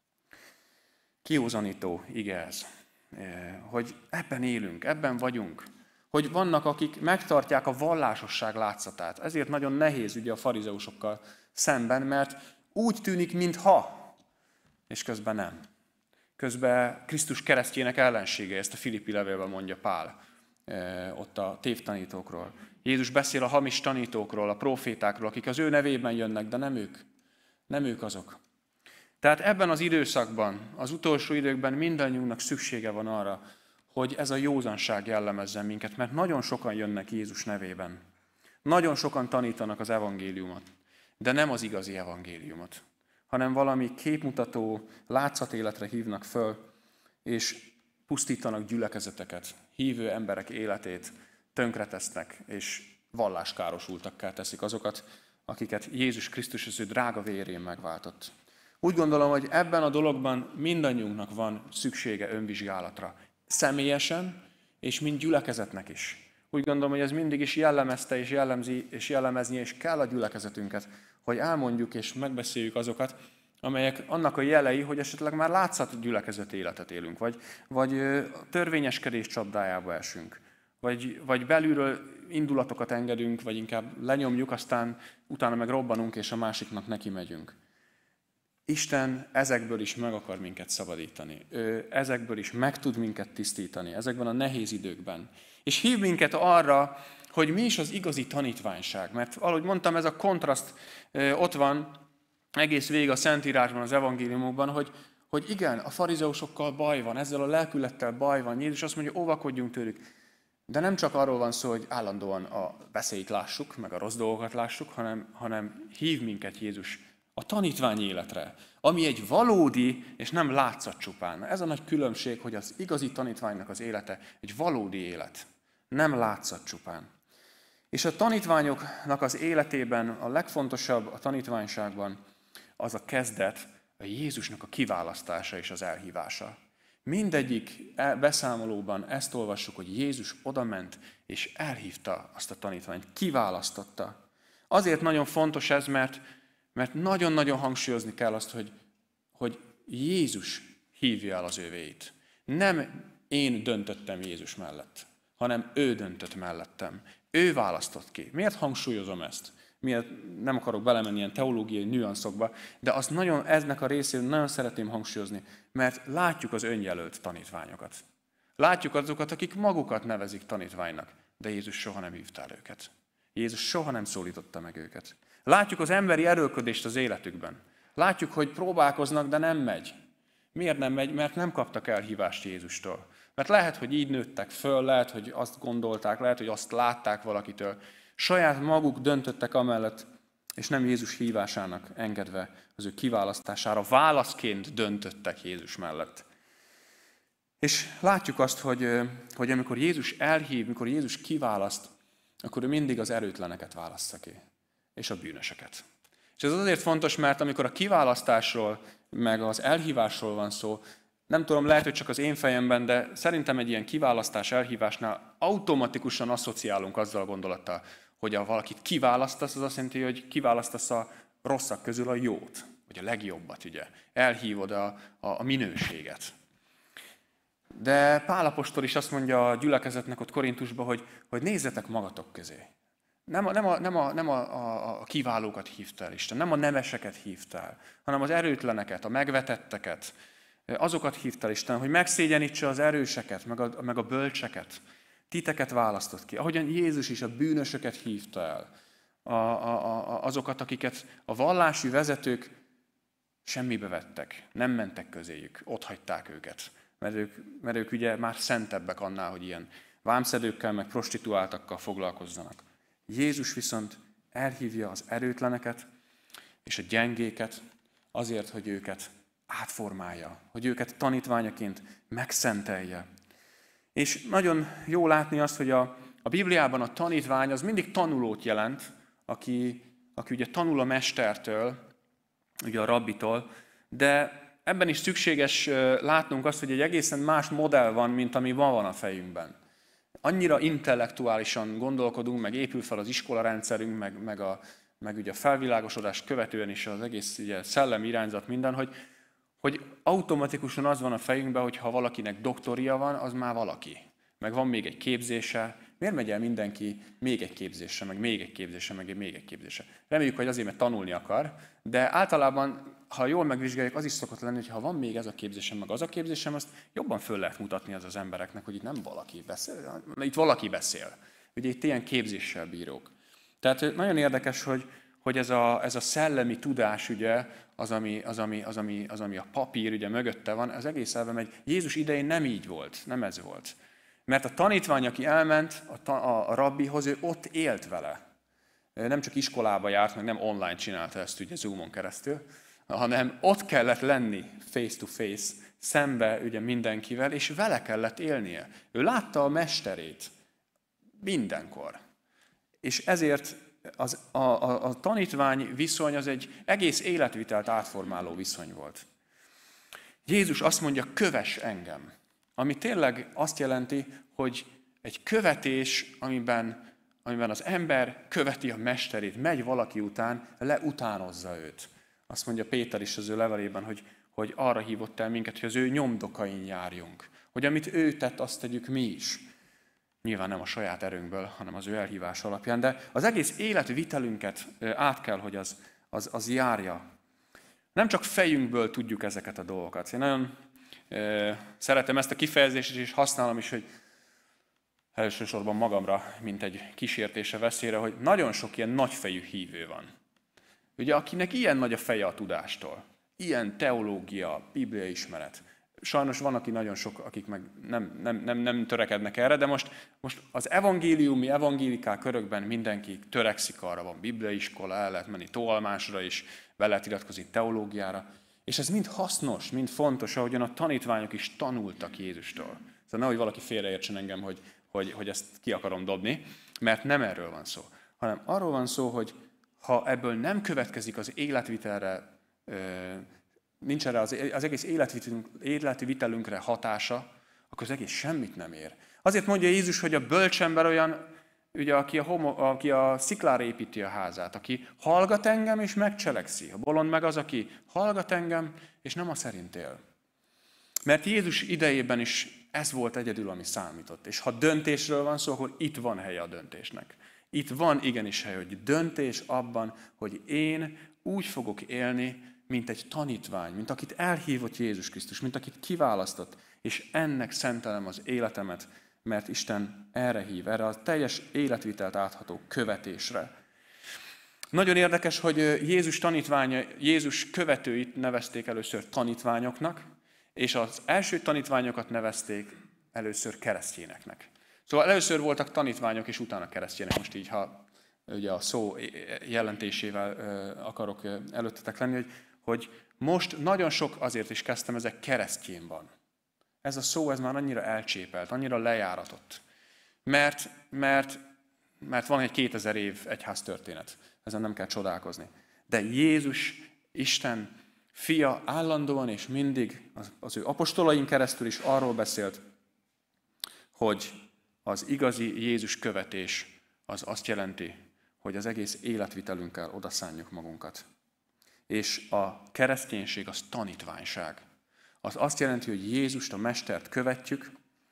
Speaker 1: Kiózanító ige ez, hogy ebben élünk, ebben vagyunk, hogy vannak, akik megtartják a vallásosság látszatát. Ezért nagyon nehéz ugye a farizeusokkal szemben, mert úgy tűnik, mintha, és közben nem. Közben Krisztus keresztjének ellensége, ezt a Filippi levélben mondja Pál, ott a tévtanítókról. Jézus beszél a hamis tanítókról, a profétákról, akik az ő nevében jönnek, de nem ők azok. Tehát ebben az időszakban, az utolsó időkben mindannyiunknak szüksége van arra, hogy ez a józanság jellemezzen minket, mert nagyon sokan jönnek Jézus nevében. Nagyon sokan tanítanak az evangéliumot, de nem az igazi evangéliumot, hanem valami képmutató látszatéletre hívnak föl, és pusztítanak gyülekezeteket, hívő emberek életét tönkretesznek, és valláskárosultakká teszik azokat, akiket Jézus Krisztus az ő drága vérén megváltott. Úgy gondolom, hogy ebben a dologban mindannyiunknak van szüksége önvizsgálatra. Személyesen, és mind gyülekezetnek is. Úgy gondolom, hogy ez mindig is jellemezte, és jellemzi, és jellemezni, és kell a gyülekezetünket, hogy elmondjuk és megbeszéljük azokat, amelyek annak a jelei, hogy esetleg már látszat gyülekezet életet élünk, vagy törvényeskedés csapdájába esünk, vagy belülről indulatokat engedünk, vagy inkább lenyomjuk, aztán utána meg robbanunk, és a másiknak neki megyünk. Isten ezekből is meg akar minket szabadítani. Ő ezekből is meg tud minket tisztítani, ezekben a nehéz időkben. És hív minket arra, hogy mi is az igazi tanítványság. Mert ahogy mondtam, ez a kontraszt ott van egész végig a Szentírásban, az evangéliumokban, hogy igen, a farizeusokkal baj van, ezzel a lelkülettel baj van. Jézus azt mondja, óvakodjunk tőlük. De nem csak arról van szó, hogy állandóan a veszélyt lássuk, meg a rossz dolgokat lássuk, hanem hív minket Jézus a tanítványi életre, ami egy valódi, és nem látszat csupán. Ez a nagy különbség, hogy az igazi tanítványnak az élete egy valódi élet, nem látszat csupán. És a tanítványoknak az életében a legfontosabb a tanítványságban az a kezdet, a Jézusnak a kiválasztása és az elhívása. Mindegyik beszámolóban ezt olvassuk, hogy Jézus odament és elhívta azt a tanítványt, kiválasztotta. Azért nagyon fontos ez, mert nagyon-nagyon hangsúlyozni kell azt, hogy Jézus hívja el az övéit. Nem én döntöttem Jézus mellett, hanem ő döntött mellettem. Ő választott ki. Miért hangsúlyozom ezt? Miért nem akarok belemenni ilyen teológiai nüanszokba, de azt eznek a részét nagyon szeretném hangsúlyozni, mert látjuk az önjelölt tanítványokat. Látjuk azokat, akik magukat nevezik tanítványnak, de Jézus soha nem hívta el őket. Jézus soha nem szólította meg őket. Látjuk az emberi erőlködést az életükben. Látjuk, hogy próbálkoznak, de nem megy. Miért nem megy? Mert nem kaptak elhívást Jézustól. Mert lehet, hogy így nőttek föl, lehet, hogy azt gondolták, lehet, hogy azt látták valakitől. Saját maguk döntöttek amellett, és nem Jézus hívásának engedve az ő kiválasztására, válaszként döntöttek Jézus mellett. És látjuk azt, hogy amikor Jézus elhív, amikor Jézus kiválaszt, akkor ő mindig az erőtleneket válassza ki, és a bűnöseket. És ez azért fontos, mert amikor a kiválasztásról, meg az elhívásról van szó, Nem tudom, lehet, hogy csak az én fejemben, de szerintem egy ilyen kiválasztás, elhívásnál automatikusan asszociálunk azzal a gondolattal, hogy ha valakit kiválasztasz, az azt jelenti, hogy kiválasztasz a rosszak közül a jót, vagy a legjobbat, ugye. Elhívod a minőséget. De Pál apostol is azt mondja a gyülekezetnek ott Korintusban, hogy nézzetek magatok közé. Nem a kiválókat hívta el Isten, nem a nemeseket hívta el, hanem az erőtleneket, a megvetetteket, azokat hívta el Isten, hogy megszégyenítse az erőseket, meg a bölcseket. Titeket választott ki. Ahogyan Jézus is a bűnösöket hívta el. Azokat, akiket a vallási vezetők semmibe vettek, nem mentek közéjük, ott hagyták őket. Mert ők ugye már szentebbek annál, hogy ilyen vámszedőkkel, meg prostituáltakkal foglalkozzanak. Jézus viszont elhívja az erőtleneket és a gyengéket azért, hogy őket átformálja, hogy őket tanítványaként megszentelje. És nagyon jó látni azt, hogy a Bibliában a tanítvány az mindig tanulót jelent, aki ugye tanul a mestertől, ugye a rabbitól, de ebben is szükséges látnunk azt, hogy egy egészen más modell van, mint ami ma van a fejünkben. Annyira intellektuálisan gondolkodunk, meg épül fel az iskolarendszerünk, meg ugye a felvilágosodást követően is az egész ugye, szellemi irányzat minden, hogy automatikusan az van a fejünkben, hogy ha valakinek doktoria van, az már valaki. Meg van még egy képzése. Miért megy el mindenki még egy képzésre, meg még egy képzésre, meg még egy képzésre? Reméljük, hogy azért, mert tanulni akar, de általában, ha jól megvizsgáljuk, az is szokott lenni, hogy ha van még ez a képzésem, meg az a képzésem, azt jobban föl lehet mutatni az embereknek, hogy itt nem valaki beszél, itt valaki beszél. Ugye itt ilyen képzéssel bírók. Tehát nagyon érdekes, hogy ez a szellemi tudás, ugye, az, ami a papír ugye mögötte van, az egész elve megy. Jézus idején nem így volt, nem ez volt. Mert a tanítvány, aki elment a rabbihoz, ő ott élt vele. Nem csak iskolába járt, meg nem online csinálta ezt ugye Zoomon keresztül, hanem ott kellett lenni face to face, szembe ugye mindenkivel, és vele kellett élnie. Ő látta a mesterét mindenkor. És ezért a tanítvány viszony az egy egész életvitelt átformáló viszony volt. Jézus azt mondja, kövess engem. Ami tényleg azt jelenti, hogy egy követés, amiben az ember követi a mesterét, megy valaki után, leutánozza őt. Azt mondja Péter is az ő levelében, hogy arra hívott el minket, hogy az ő nyomdokain járjunk. Hogy amit ő tett, azt tegyük mi is. Nyilván nem a saját erőnkből, hanem az ő elhívás alapján, de az egész életvitelünket át kell, hogy az járja. Nem csak fejünkből tudjuk ezeket a dolgokat. Én nagyon szeretem ezt a kifejezést, és használom is, hogy elsősorban magamra, mint egy kísértése veszélyre, hogy nagyon sok ilyen nagyfejű hívő van. Ugye, akinek ilyen nagy a feje a tudástól, ilyen teológia, bibliai ismeret. Sajnos van, aki nagyon sok, akik meg nem törekednek erre, de most az evangélikál körökben mindenki törekszik arra, van bibliaiskola, el lehet menni tovalmásra is, be lehet iratkozni teológiára. És ez mind hasznos, mind fontos, ahogyan a tanítványok is tanultak Jézustól. Szóval nehogy valaki félreértsen engem, hogy ezt ki akarom dobni, mert nem erről van szó, hanem arról van szó, hogy ha ebből nem következik az életvitelre, nincs erre az egész életvitelünkre hatása, akkor az egész semmit nem ér. Azért mondja Jézus, hogy a bölcsember olyan, ugye, aki a sziklára építi a házát, aki hallgat engem és megcselekszi. A bolond meg az, aki hallgat engem és nem a szerint él. Mert Jézus idejében is ez volt egyedül, ami számított. És ha döntésről van szó, akkor itt van helye a döntésnek. Itt van igenis hely, hogy döntés abban, hogy én úgy fogok élni, mint egy tanítvány, mint akit elhívott Jézus Krisztus, mint akit kiválasztott, és ennek szentelem az életemet, mert Isten erre hív, erre a teljes életvitelt átható követésre. Nagyon érdekes, hogy Jézus követőit nevezték először tanítványoknak, és az első tanítványokat nevezték először keresztényeknek. Szóval először voltak tanítványok, és utána keresztények. Most így, ha ugye a szó jelentésével akarok előttetek lenni, hogy most nagyon sok, azért is kezdtem, ezek keresztjén van. Ez a szó, ez már annyira elcsépelt, annyira lejáratott. Mert van egy 2000 év egyház történet. Ezen nem kell csodálkozni. De Jézus, Isten fia állandóan és mindig az ő apostolain keresztül is arról beszélt, hogy az igazi Jézus követés az azt jelenti, hogy az egész életvitelünkkel odaszánjuk magunkat. És a kereszténység az tanítványság. Az azt jelenti, hogy Jézust, a Mestert követjük,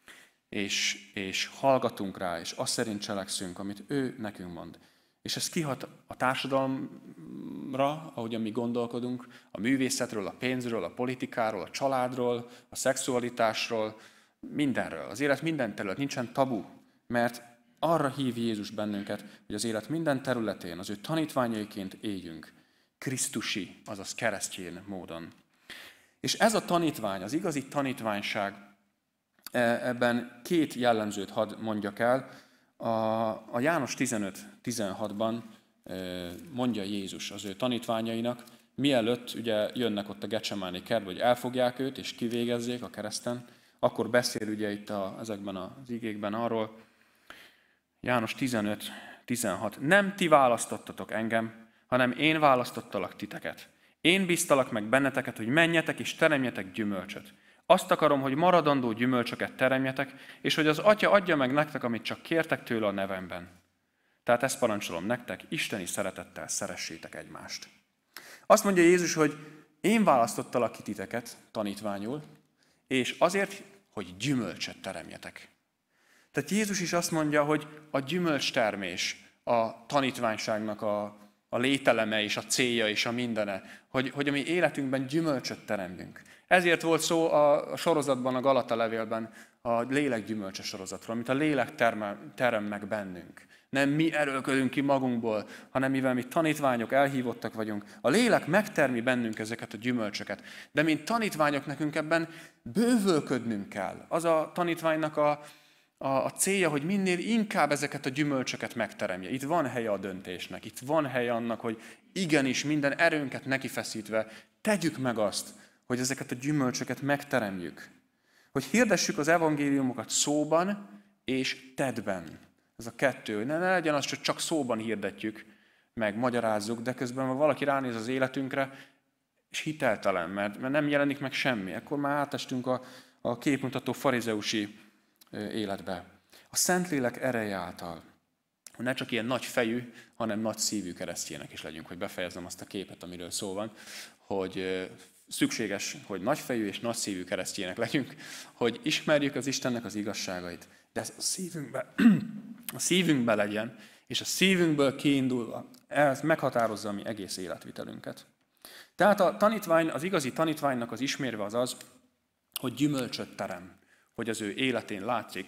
Speaker 1: és hallgatunk rá, és azt szerint cselekszünk, amit ő nekünk mond. És ez kihat a társadalomra, ahogyan mi gondolkodunk, a művészetről, a pénzről, a politikáról, a családról, a szexualitásról, mindenről. Az élet minden terület, nincsen tabu, mert arra hív Jézus bennünket, hogy az élet minden területén az ő tanítványaiként éljünk, krisztusi, azaz keresztjén módon. És ez a tanítvány, az igazi tanítványság, ebben két jellemzőt hadd mondjak el. A János 15-16-ban mondja Jézus az ő tanítványainak, mielőtt ugye jönnek ott a Getsemáni kertbe, hogy elfogják őt és kivégezzék a kereszten, akkor beszél ugye itt ezekben az igékben arról, János 15-16. Nem ti választottatok engem, hanem én választottalak titeket. Én bíztalak meg benneteket, hogy menjetek és teremjetek gyümölcsöt. Azt akarom, hogy maradandó gyümölcsöket teremjetek, és hogy az Atya adja meg nektek, amit csak kértek tőle a nevemben. Tehát ezt parancsolom nektek, isteni szeretettel szeressétek egymást. Azt mondja Jézus, hogy én választottalak ki titeket tanítványul, és azért, hogy gyümölcsöt teremjetek. Tehát Jézus is azt mondja, hogy a gyümölcstermés a tanítványságnak a lételeme és a célja és a mindene, hogy a mi életünkben gyümölcsöt teremjünk. Ezért volt szó a sorozatban, a Galata levélben, a lélek gyümölcse sorozatról, amit a lélek terem meg bennünk. Nem mi erőlködünk ki magunkból, hanem mivel mi tanítványok, elhívottak vagyunk, a lélek megtermi bennünk ezeket a gyümölcsöket. De mint tanítványok nekünk ebben bővölködnünk kell. Az a tanítványnak a célja, hogy minél inkább ezeket a gyümölcsöket megteremje. Itt van helye a döntésnek, itt van helye annak, hogy igenis minden erőnket nekifeszítve tegyük meg azt, hogy ezeket a gyümölcsöket megteremjük. Hogy hirdessük az evangéliumokat szóban és tettben. Ez a kettő, hogy ne legyen az, hogy csak szóban hirdetjük, meg magyarázzuk, de közben, ha valaki ránéz az életünkre, és hiteltelen, mert nem jelenik meg semmi, akkor már átestünk a képmutató farizeusi életbe. A Szentlélek ereje által, hogy ne csak ilyen nagy fejű, hanem nagy szívű keresztjének is legyünk, hogy befejezem azt a képet, amiről szó van, hogy szükséges, hogy nagyfejű és nagyszívű keresztjének legyünk, hogy ismerjük az Istennek az igazságait, de ez a szívünkbe legyen, és a szívünkből kiindulva, ez meghatározza a mi egész életvitelünket. Tehát a tanítvány, az igazi tanítványnak az ismérve az, hogy gyümölcsöt terem, hogy az ő életén látszik,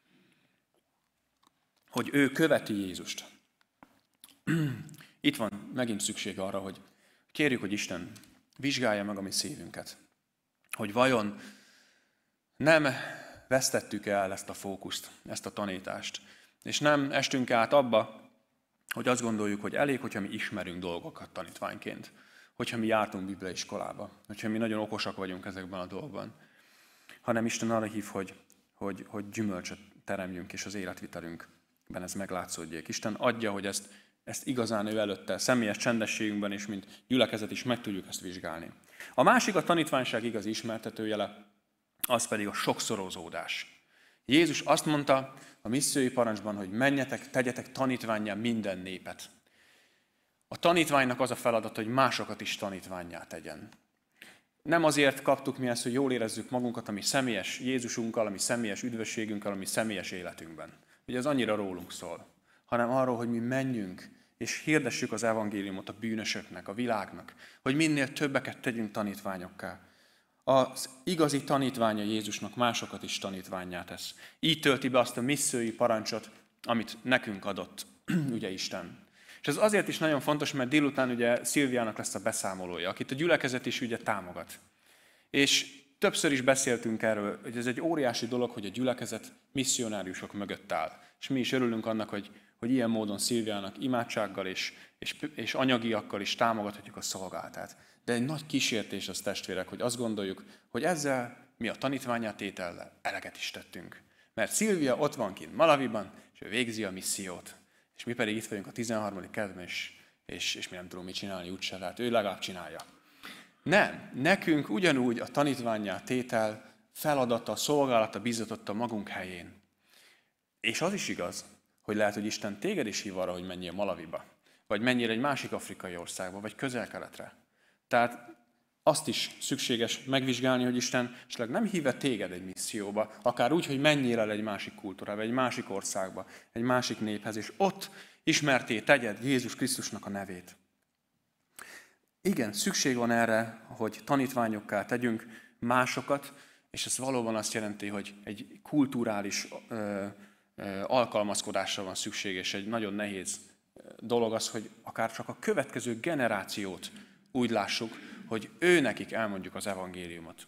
Speaker 1: hogy ő követi Jézust. Itt van megint szükség arra, hogy kérjük, hogy Isten vizsgálja meg a mi szívünket. Hogy vajon nem vesztettük el ezt a fókuszt, ezt a tanítást, és nem estünk át abba, hogy azt gondoljuk, hogy elég, hogyha mi ismerünk dolgokat tanítványként, hogyha mi jártunk bibliaiskolába, hogyha mi nagyon okosak vagyunk ezekben a dolgokban, hanem Isten arra hív, hogy gyümölcsöt teremjünk, és az életvitelünkben ez meglátszódjék. Isten adja, hogy ezt igazán ő előtte, személyes csendességünkben és mint gyülekezet is meg tudjuk ezt vizsgálni. A másik, a tanítványság igazi ismertetőjele, az pedig a sokszorozódás. Jézus azt mondta a missziói parancsban, hogy menjetek, tegyetek tanítvánnyá minden népet. A tanítványnak az a feladat, hogy másokat is tanítvánnyá tegyen. Nem azért kaptuk mi ezt, hogy jól érezzük magunkat a mi személyes Jézusunkkal, a mi személyes üdvösségünkkel, a mi személyes életünkben. Ugye ez annyira rólunk szól, hanem arról, hogy mi menjünk és hirdessük az evangéliumot a bűnösöknek, a világnak, hogy minél többeket tegyünk tanítványokká. Az igazi tanítványa Jézusnak másokat is tanítvánnyá tesz. Így tölti be azt a missziói parancsot, amit nekünk adott ugye Isten. És ez azért is nagyon fontos, mert délután ugye Szilviának lesz a beszámolója, akit a gyülekezet is ugye támogat. És többször is beszéltünk erről, hogy ez egy óriási dolog, hogy a gyülekezet misszionáriusok mögött áll. És mi is örülünk annak, hogy ilyen módon Szilviának imádsággal és anyagiakkal is támogathatjuk a szolgálatát. De egy nagy kísértés az, testvérek, hogy azt gondoljuk, hogy ezzel mi a tanítványátétellel eleget is tettünk. Mert Szilvia ott van kint Malawiban, és ő végzi a missziót. És mi pedig itt vagyunk a 13. kerületben, és mi nem tudunk mit csinálni úgyse, tehát ő legalább csinálja. Nem, nekünk ugyanúgy a tanítvánnyá tétel feladata, szolgálata bizatott a magunk helyén. És az is igaz, hogy lehet, hogy Isten téged is hív arra, hogy menjél Malawiba, vagy menjél egy másik afrikai országba, vagy Közel-Keletre. Tehát azt is szükséges megvizsgálni, hogy Isten esetleg nem híve téged egy misszióba, akár úgy, hogy menjél el egy másik kultúrába, egy másik országba, egy másik néphez, és ott ismerté tegyed Jézus Krisztusnak a nevét. Igen, szükség van erre, hogy tanítványokká tegyünk másokat, és ez valóban azt jelenti, hogy egy kulturális alkalmazkodásra van szükség, és egy nagyon nehéz dolog az, hogy akár csak a következő generációt úgy lássuk, hogy nekik elmondjuk az evangéliumot.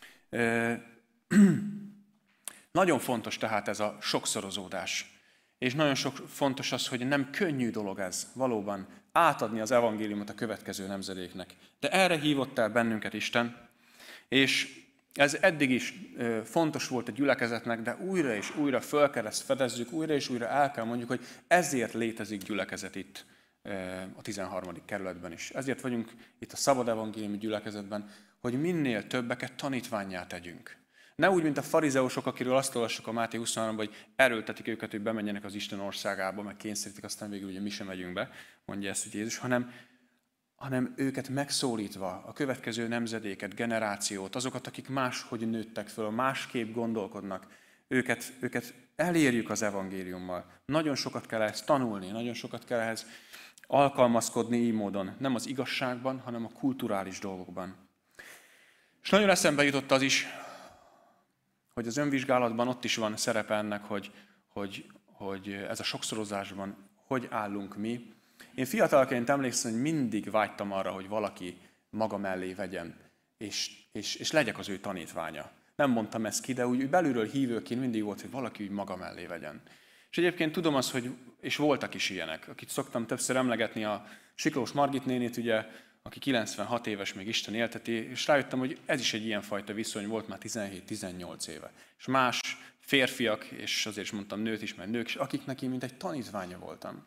Speaker 1: Nagyon fontos tehát ez a sokszorozódás. És nagyon fontos az, hogy nem könnyű dolog ez valóban átadni az evangéliumot a következő nemzedéknek. De erre hívott el bennünket Isten, és ez eddig is fontos volt a gyülekezetnek, de újra és újra föl kell ezt fedezzük, újra és újra el kell mondjuk, hogy ezért létezik gyülekezet itt a 13. kerületben is. Ezért vagyunk itt a Szabad Evangéliumi gyülekezetben, hogy minél többeket tanítvánnyá tegyünk. Ne úgy, mint a farizeusok, akiről azt olvassuk a Máté 23-ban, hogy erőltetik őket, hogy bemenjenek az Isten országába, meg kényszerítik, aztán végül ugye mi sem megyünk be, mondja ezt, hogy Jézus, hanem őket megszólítva, a következő nemzedéket, generációt, azokat, akik máshogy nőttek föl, másképp gondolkodnak, őket elérjük az evangéliummal. Nagyon sokat kell ehhez tanulni, nagyon sokat kell ehhez alkalmazkodni így módon, nem az igazságban, hanem a kulturális dolgokban. És nagyon eszembe jutott az is, hogy az önvizsgálatban ott is van szerepe ennek, hogy ez a sokszorozásban hogy állunk mi. Én fiatalként emlékszem, hogy mindig vágytam arra, hogy valaki maga mellé vegyen, és legyek az ő tanítványa. Nem mondtam ezt ki, de úgy belülről hívőként mindig volt, hogy valaki úgy maga mellé vegyen. És egyébként tudom azt, hogy, és voltak is ilyenek, akit szoktam többször emlegetni, a Siklós Margit nénit, ugye, aki 96 éves, még Isten élteti, és rájöttem, hogy ez is egy ilyenfajta viszony volt már 17-18 éve. És más férfiak, és azért is mondtam nőt is, mert nők is, akiknek én mint egy tanítványa voltam.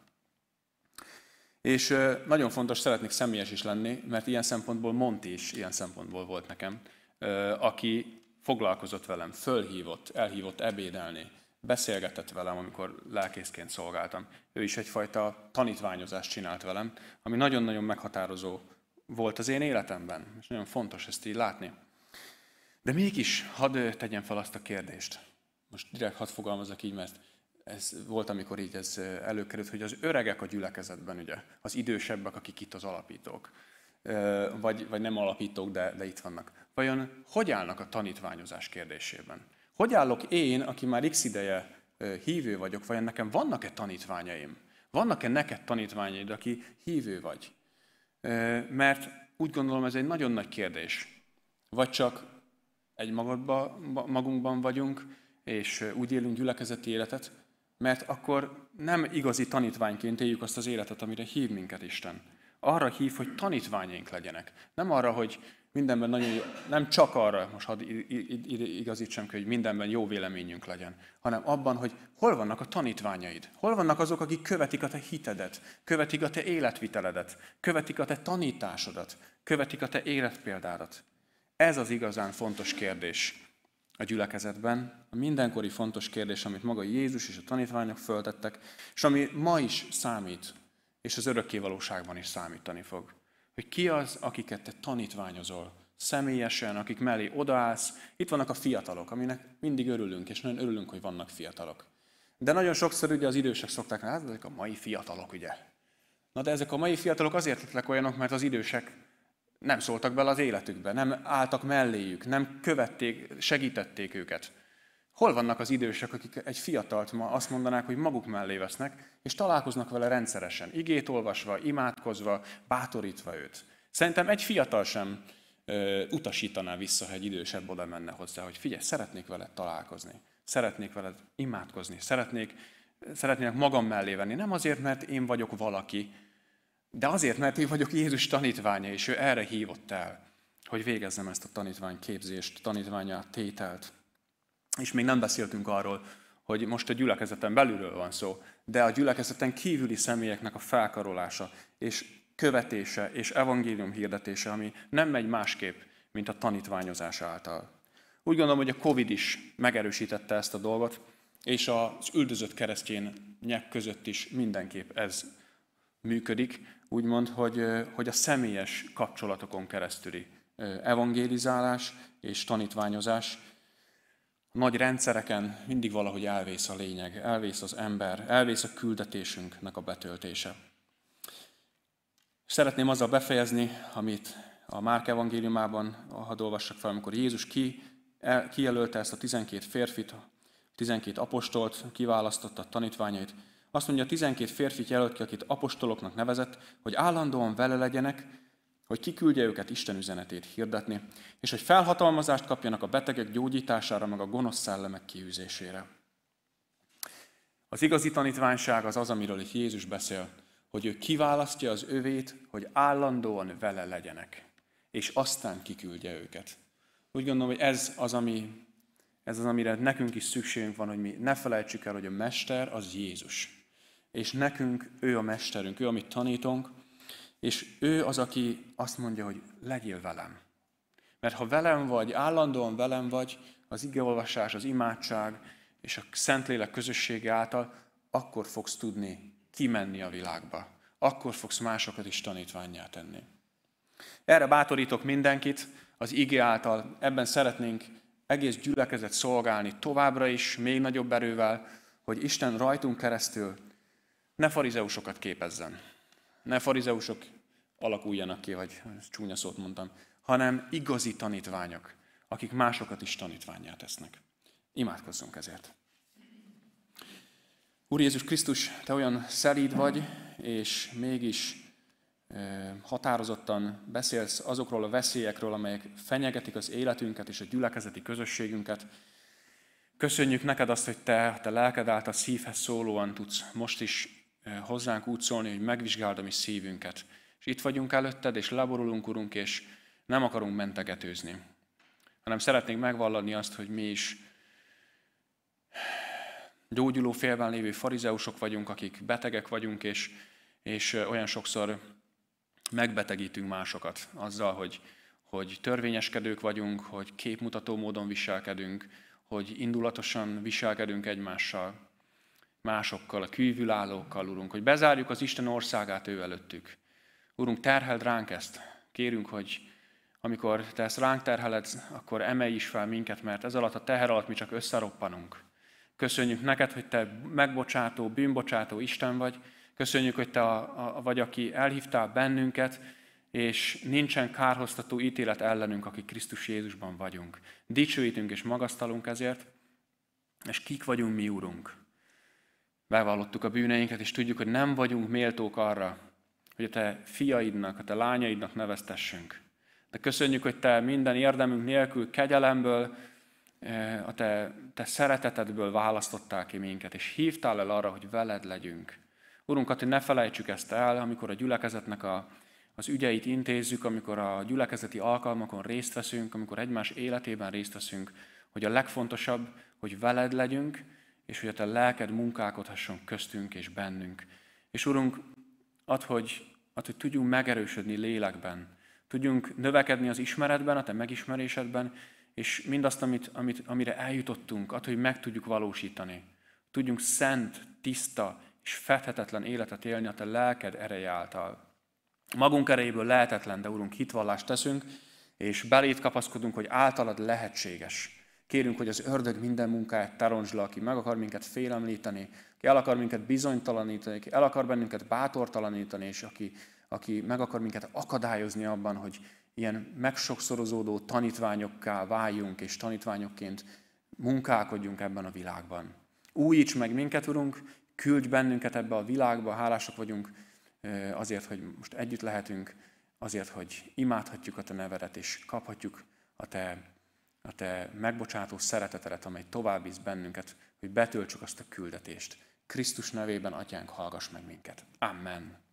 Speaker 1: És nagyon fontos, szeretnék személyes is lenni, mert ilyen szempontból Monti is ilyen szempontból volt nekem, aki foglalkozott velem, fölhívott, elhívott ebédelni, beszélgetett velem, amikor lelkészként szolgáltam. Ő is egyfajta tanítványozást csinált velem, ami nagyon-nagyon meghatározó volt az én életemben, és nagyon fontos ezt így látni. De mégis hadd tegyem fel azt a kérdést. Most direkt hadd fogalmazok így, mert ez volt, amikor így ez előkerült, hogy az öregek a gyülekezetben, ugye, az idősebbek, akik itt az alapítók, vagy nem alapítók, de itt vannak. Vajon hogy állnak a tanítványozás kérdésében? Hogy állok én, aki már x ideje hívő vagyok, vajon nekem vannak-e tanítványaim? Vannak-e neked tanítványaid, aki hívő vagy? Mert úgy gondolom, ez egy nagyon nagy kérdés. Vagy csak magunkban vagyunk, és úgy élünk gyülekezeti életet, mert akkor nem igazi tanítványként éljük azt az életet, amire hív minket Isten. Arra hív, hogy tanítványaink legyenek. Nem arra, hogy mindenben nagyon jó, nem csak arra, most hadd igazítsam ki, hogy mindenben jó véleményünk legyen, hanem abban, hogy hol vannak a tanítványaid. Hol vannak azok, akik követik a te hitedet, követik a te életviteledet, követik a te tanításodat, követik a te életpéldádat. Ez az igazán fontos kérdés a gyülekezetben, a mindenkori fontos kérdés, amit maga Jézus és a tanítványok föltettek, és ami ma is számít, és az örökké valóságban is számítani fog. Hogy ki az, akiket te tanítványozol, személyesen, akik mellé odaállsz. Itt vannak a fiatalok, aminek mindig örülünk, és nagyon örülünk, hogy vannak fiatalok. De nagyon sokszor ugye az idősek szokták, hát ezek a mai fiatalok, ugye. Na de ezek a mai fiatalok azért lettek olyanok, mert az idősek nem szóltak bele az életükbe, nem álltak melléjük, nem követték, segítették őket. Hol vannak az idősek, akik egy fiatalt ma azt mondanák, hogy maguk mellé vesznek, és találkoznak vele rendszeresen, igét olvasva, imádkozva, bátorítva őt. Szerintem egy fiatal sem utasítaná vissza, ha egy idősebb oda menne hozzá, hogy figyelj, szeretnék veled találkozni, szeretnék veled imádkozni, szeretnék magam mellé venni. Nem azért, mert én vagyok valaki, de azért, mert én vagyok Jézus tanítványa, és ő erre hívott el, hogy végezzem ezt a tanítványképzést, tanítvánnyá tételt. És még nem beszéltünk arról, hogy most a gyülekezeten belülről van szó, de a gyülekezeten kívüli személyeknek a felkarolása. És követése és evangélium hirdetése, ami nem megy másképp, mint a tanítványozás által. Úgy gondolom, hogy a Covid is megerősítette ezt a dolgot, és az üldözött keresztények között is mindenképp ez működik, úgymond, hogy a személyes kapcsolatokon keresztüli evangélizálás és tanítványozás. A nagy rendszereken mindig valahogy elvész a lényeg, elvész az ember, elvész a küldetésünknek a betöltése. Szeretném azzal befejezni, amit a Márk evangéliumában, hadd olvassak fel, amikor Jézus kijelölte ezt a 12 férfit, 12 apostolt, kiválasztotta a tanítványait. Azt mondja, a 12 férfit jelölt ki, akit apostoloknak nevezett, hogy állandóan vele legyenek, hogy kiküldje őket Isten üzenetét hirdetni, és hogy felhatalmazást kapjanak a betegek gyógyítására, meg a gonosz szellemek kiűzésére. Az igazi tanítványság az, amiről itt Jézus beszél, hogy ő kiválasztja az övét, hogy állandóan vele legyenek, és aztán kiküldje őket. Úgy gondolom, hogy ez az, amire nekünk is szükségünk van, hogy mi ne felejtsük el, hogy a Mester az Jézus. És nekünk ő a Mesterünk, ő, amit tanítunk, és ő az, aki azt mondja, hogy legyél velem. Mert ha velem vagy, állandóan velem vagy, az igeolvasás, az imádság és a Szentlélek közössége által, akkor fogsz tudni kimenni a világba. Akkor fogsz másokat is tanítvánnyá tenni. Erre bátorítok mindenkit, az ige által, ebben szeretnénk egész gyülekezet szolgálni továbbra is, még nagyobb erővel, hogy Isten rajtunk keresztül ne farizeusokat képezzen. Ne farizeusok alakuljanak ki, vagy csúnya szót mondtam, hanem igazi tanítványok, akik másokat is tanítvánnyá tesznek. Imádkozzunk ezért. Úr Jézus Krisztus, Te olyan szelíd vagy, és mégis határozottan beszélsz azokról a veszélyekről, amelyek fenyegetik az életünket és a gyülekezeti közösségünket. Köszönjük neked azt, hogy Te lelked által szívhez szólóan tudsz most is hozzánk úgy szólni, hogy megvizsgáld a mi szívünket. És itt vagyunk előtted, és leborulunk, Urunk, és nem akarunk mentegetőzni, hanem szeretnénk megvallani azt, hogy mi is gyógyuló félben lévő farizeusok vagyunk, akik betegek vagyunk, és olyan sokszor megbetegítünk másokat azzal, hogy törvényeskedők vagyunk, hogy képmutató módon viselkedünk, hogy indulatosan viselkedünk egymással, másokkal, a kívülállókkal, Urunk, hogy bezárjuk az Isten országát ő előttük. Urunk, terheld ránk ezt. Kérünk, hogy amikor Te ezt ránk terheled, akkor emelj is fel minket, mert ez alatt a teher alatt mi csak összeroppanunk. Köszönjük neked, hogy Te megbocsátó, bűnbocsátó Isten vagy. Köszönjük, hogy Te vagy, aki elhívtál bennünket, és nincsen kárhoztató ítélet ellenünk, akik Krisztus Jézusban vagyunk. Dicsőítünk és magasztalunk ezért, és kik vagyunk mi, Urunk. Bevallottuk a bűneinket, és tudjuk, hogy nem vagyunk méltók arra, hogy a Te fiaidnak, a Te lányaidnak neveztessünk. De köszönjük, hogy Te minden érdemünk nélkül, kegyelemből, a te szeretetedből választottál ki minket, és hívtál el arra, hogy veled legyünk. Urunk, hogy ne felejtsük ezt el, amikor a gyülekezetnek az ügyeit intézzük, amikor a gyülekezeti alkalmakon részt veszünk, amikor egymás életében részt veszünk, hogy a legfontosabb, hogy veled legyünk, és hogy a Te lelked munkálkodhasson köztünk és bennünk. És Urunk, add, hogy tudjunk megerősödni lélekben, tudjunk növekedni az ismeretben, a Te megismerésedben, és mindazt, amire eljutottunk, add, hogy meg tudjuk valósítani. Tudjunk szent, tiszta és fedhetetlen életet élni a Te lelked ereje által. Magunk erejéből lehetetlen, de Urunk, hitvallást teszünk, és beléd kapaszkodunk, hogy általad lehetséges. Kérünk, hogy az ördög minden munkáját tarontsd le, aki meg akar minket félemlíteni, aki el akar minket bizonytalanítani, aki el akar bennünket bátortalanítani, és aki meg akar minket akadályozni abban, hogy ilyen megsokszorozódó tanítványokká váljunk, és tanítványokként munkálkodjunk ebben a világban. Újíts meg minket, Urunk, küldj bennünket ebbe a világba, hálásak vagyunk azért, hogy most együtt lehetünk, azért, hogy imádhatjuk a Te nevedet, és kaphatjuk a Te megbocsátó szeretetedet, amely tovább visz bennünket, hogy betöltsük azt a küldetést. Krisztus nevében, Atyánk, hallgass meg minket. Amen.